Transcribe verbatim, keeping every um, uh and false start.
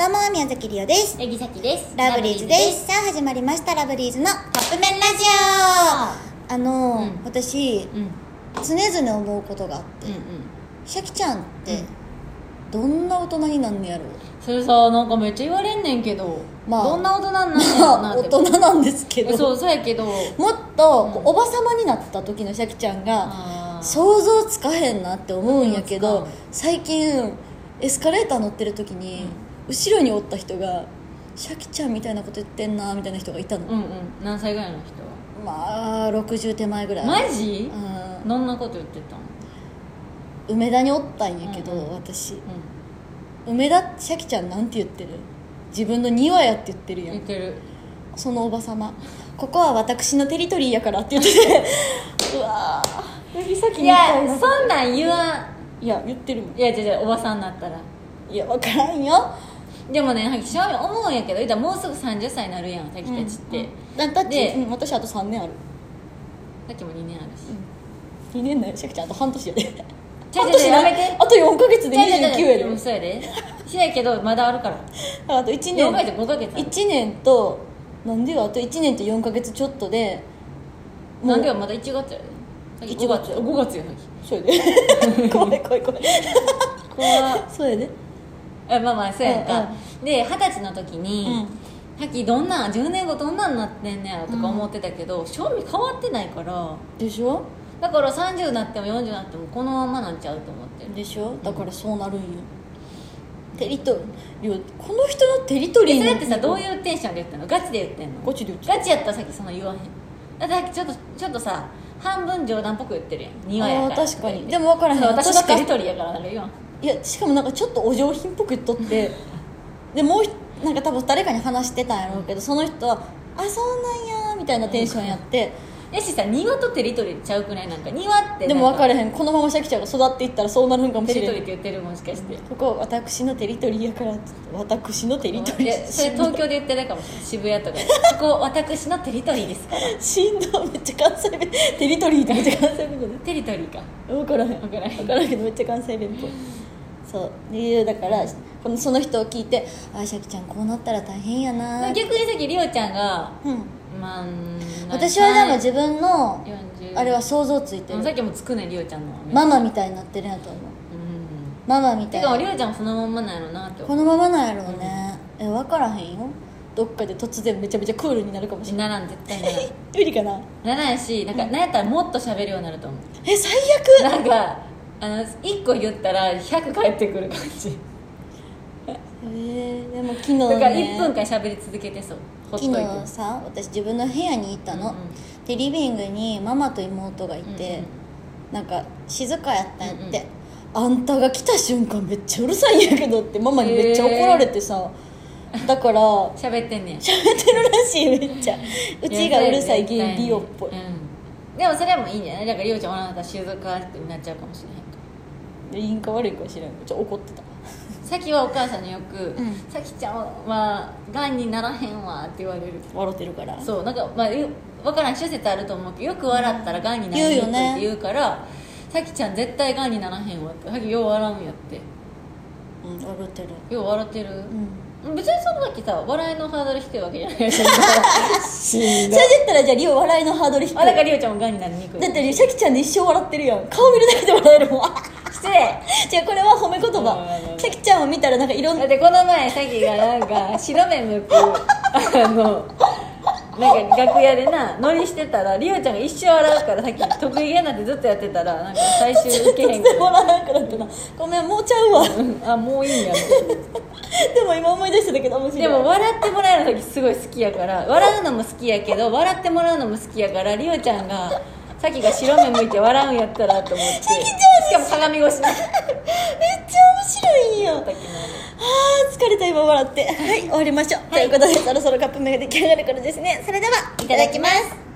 どうも宮崎りおです。 えぎさきです。 ラブリーズです。さあ始まりましたラブリーズのカップ麺ラジオ。あの、うん、私、うん、常々思うことがあって、うんうん、シャキちゃんってどんな大人になんねやろう。 それさ、なんかめっちゃ言われんねんけど、まあ、どんな大人になんねやろなって、 まあ、大人なんですけど、 そうそうやけど、もっと、うん、おばさまになった時のシャキちゃんが想像つかへんなって思うんやけど、最近エスカレーター乗ってる時に、うん、後ろにおった人がシャキちゃんみたいなこと言ってんなみたいな人がいたの。 うんうん。何歳ぐらいの人？ まあろくじゅう手前ぐらい。 マジ？うん。どんなこと言ってたの？ 梅田におったんやけど、うんうん、私、うん、梅田シャキちゃんなんて言ってる？自分の庭やって言ってるやん。 言ってる。 そのおばさま、ここは私のテリトリーやからって言っててうわー、指先みたいな。 いや、そんなん言わん。 いや、言ってるもん。 いや違う違う、おばさんになったら。 いや、分からんよ。 でもね、正味思うんやけど、言ったらもうすぐさんじゅっさいになるやん、さっきたちって、 うんうん、だって、うん、私あとさんねんある。 さっきもにねんあるし、 うん、にねんだよ、シャキちゃんあと半年やで。 ちゃちゃちゃやめて。 あとよんかげつでにじゅうきゅうやで。 そうやで。しないけどまだあるから。 あといちねん、 よんかげつごかげつある。 いちねんと、なんでよ、あといちねんとよんかげつちょっとで、 なんでよ、まだいちがつやで。いちがつやごがつやなき。 そうやで。怖い怖い怖い怖い。 そうやで。 え、まあまあそうやんか、うんうん、で二十歳の時に、うん、さっきどんなじゅうねんごどんなんなってんねやとか思ってたけど、うん、正味変わってないからでしょ。だからさんじゅうになってもよんじゅうになってもこのままなんちゃうと思ってるでしょ。だからそうなるんよ、うん、テリトリー、この人のテリトリーの。 それってさ、どういうテンションで言ってんの？ガチで言ってんの？ ガチで言ってんの。 ガチやったらさっきその言わへん。だってさっきちょっとちょっとさ半分冗談っぽく言ってるやん。庭やから。 あ、確かに。でも分からへん。 私のテリトリーやからなんか言わん。 いや、しかもなんかちょっとお上品っぽく言っとってでもうなんか多分誰かに話してたんやろうけど、その人は「あ、そうなんや」みたいなテンションやって、 やしさ、庭とテリトリーちゃうくない？なんか庭ってでも分かれへん。このままシャキちゃんが育っていったらそうなるんかもしれない。 テリトリーって言ってる、もしかして。 ここ私のテリトリーやからって言って、私のテリトリー。 それ東京で言ってるかもしれない。渋谷とかでここ私のテリトリーですから。 振動めっちゃ関西弁。テリトリーってめっちゃ関西弁だね。 テリトリーか分からへん分からへん分からへんけどめっちゃ関西弁っぽい。そう理由だから、このその人を聞いて、あ、シャキちゃんこうなったら大変やな。 逆にさっきりおちゃんが、うん、まあ、 私はでも自分のあれは想像ついてる。 さっきもつくねん、りおちゃんのママみたいになってるやと思う、うん、ママみたいな。 てかりおちゃんもそのままなんやろなって。 このままなんやろうね、うん、え、分からへんよ。どっかで突然めちゃめちゃクールになるかもしれない。 ならん、絶対ならん無理かな。 ならんし、なんか、うん、なんやったらもっと喋るようになると思う。 え、最悪。 なんかあのいっこ言ったらひゃく返ってくる感じ。 えー、でも昨日ね、 だからいっぷんかん喋り続けてそう。 昨日さ、私自分の部屋に行ったの、うんうん、でリビングにママと妹がいて、うんうん、なんか静かやったんやって、うんうん、あんたが来た瞬間めっちゃうるさいんやけどってママにめっちゃ怒られてさ、えー、だから喋ってんねん。 喋ってるらしい。めっちゃうちがうるさいゲイリオっぽい、 うん、でもそれもいいんじゃない？だからりおちゃんおらんかったら静かってなっちゃうかもしれへんから。 いいんか悪いか知らんけどちょっと怒ってた。 さっきはお母さんによく「さき、うん、ちゃんはがんにならへんわ」って言われる。 笑ってるから。そうなんか、まあ、分からん諸説あると思うけど、よく笑ったらがんにならへんって言うから「さき、ね、ちゃん絶対がんにならへんわ」ってさっきよう笑うんやって。 うん、笑ってる。 よう笑ってる、うん、別にその時さ笑いのハードル低いわけじゃないそれそれで言ったらじゃあリオ笑いのハードル低い。 あ、だからリオちゃんもがんになりにくい。 だってシャキちゃんで一生笑ってるやん。顔見るだけで笑えるもん。 失礼。 じゃあこれは褒め言葉。シャキちゃんを見たらなんかいろんな。 だってこの前さきがなんか白目向くあのなんか楽屋でなノリしてたらリオちゃんが一生笑うから、さっき得意げになってずっとやってたらなんか最終受けへんから笑わなくなったな。ごめん、もうちゃうわ。 あ、もういいんやでも今思い出したけど面白い。 でも笑ってもらえる時すごい好きやから、笑うのも好きやけど笑ってもらうのも好きやから、リオちゃんがさっきが白目向いて笑うんやったらと思って。しかも鏡越しなめっちゃ面白いんよ。あー疲れた今笑って。はい、終わりましょう、はい、ということでそろそろカップ麺が出来上がるからですね。それではいただきます。